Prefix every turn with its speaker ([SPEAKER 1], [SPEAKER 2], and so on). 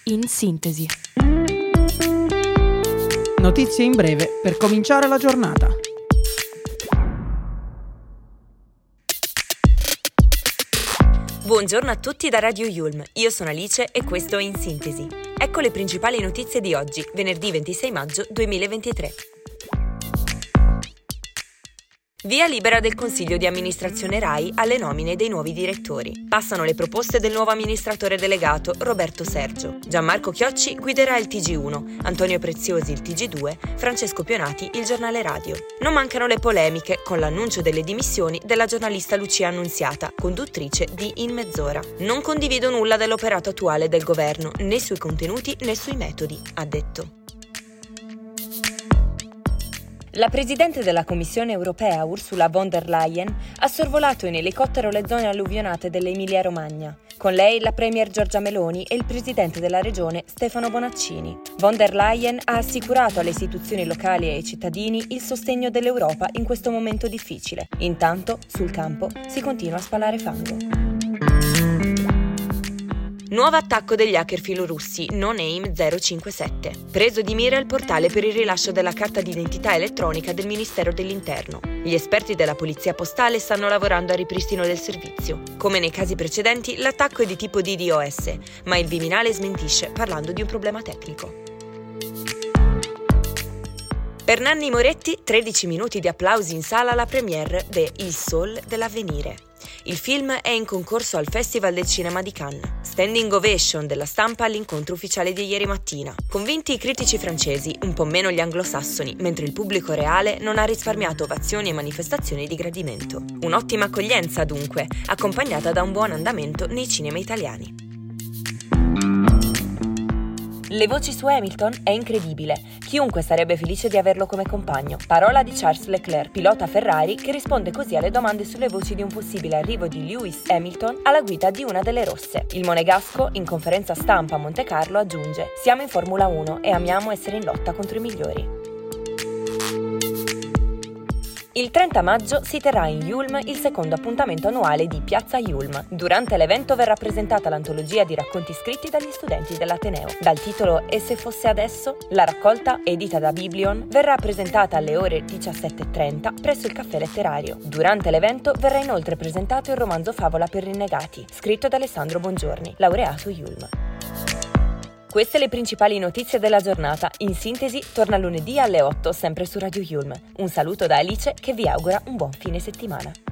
[SPEAKER 1] in sintesi.
[SPEAKER 2] Notizie in breve per cominciare la giornata.
[SPEAKER 3] Buongiorno a tutti da Radio Yulm, io sono Alice e questo è In Sintesi. Ecco le principali notizie di oggi, venerdì 26 maggio 2023. Via libera del Consiglio di amministrazione RAI alle nomine dei nuovi direttori. Passano le proposte del nuovo amministratore delegato Roberto Sergio. Gianmarco Chiocci guiderà il TG1, Antonio Preziosi il TG2, Francesco Pionati il giornale radio. Non mancano le polemiche con l'annuncio delle dimissioni della giornalista Lucia Annunziata, conduttrice di In Mezz'ora. Non condivido nulla dell'operato attuale del governo, né sui contenuti né sui metodi, ha detto. La presidente della Commissione europea, Ursula von der Leyen, ha sorvolato in elicottero le zone alluvionate dell'Emilia-Romagna. Con lei la premier Giorgia Meloni e il presidente della regione Stefano Bonaccini. Von der Leyen ha assicurato alle istituzioni locali e ai cittadini il sostegno dell'Europa in questo momento difficile. Intanto, sul campo, si continua a spalare fango. Nuovo attacco degli hacker filorussi, NoName 057. Preso di mira il portale per il rilascio della carta d'identità elettronica del Ministero dell'Interno. Gli esperti della Polizia Postale stanno lavorando al ripristino del servizio. Come nei casi precedenti, l'attacco è di tipo DDoS, ma il Viminale smentisce parlando di un problema tecnico. Per Nanni Moretti, 13 minuti di applausi in sala alla premiere de Il Sol dell'Avvenire. Il film è in concorso al Festival del Cinema di Cannes. Standing ovation della stampa all'incontro ufficiale di ieri mattina. Convinti i critici francesi, un po' meno gli anglosassoni, mentre il pubblico reale non ha risparmiato ovazioni e manifestazioni di gradimento. Un'ottima accoglienza dunque, accompagnata da un buon andamento nei cinema italiani. Le voci su Hamilton è incredibile. Chiunque sarebbe felice di averlo come compagno. Parola di Charles Leclerc, pilota Ferrari, che risponde così alle domande sulle voci di un possibile arrivo di Lewis Hamilton alla guida di una delle rosse. Il monegasco, in conferenza stampa a Monte Carlo, aggiunge: "Siamo in Formula 1 e amiamo essere in lotta contro i migliori". Il 30 maggio si terrà in Yulm il secondo appuntamento annuale di Piazza Yulm. Durante l'evento verrà presentata l'antologia di racconti scritti dagli studenti dell'Ateneo. Dal titolo E se fosse adesso? La raccolta, edita da Biblion, verrà presentata alle ore 17:30 presso il caffè letterario. Durante l'evento verrà inoltre presentato il romanzo Favola per rinnegati, scritto da Alessandro Bongiorni, laureato Yulm. Queste le principali notizie della giornata. In sintesi, torna lunedì alle 8, sempre su Radio Yulm. Un saluto da Alice che vi augura un buon fine settimana.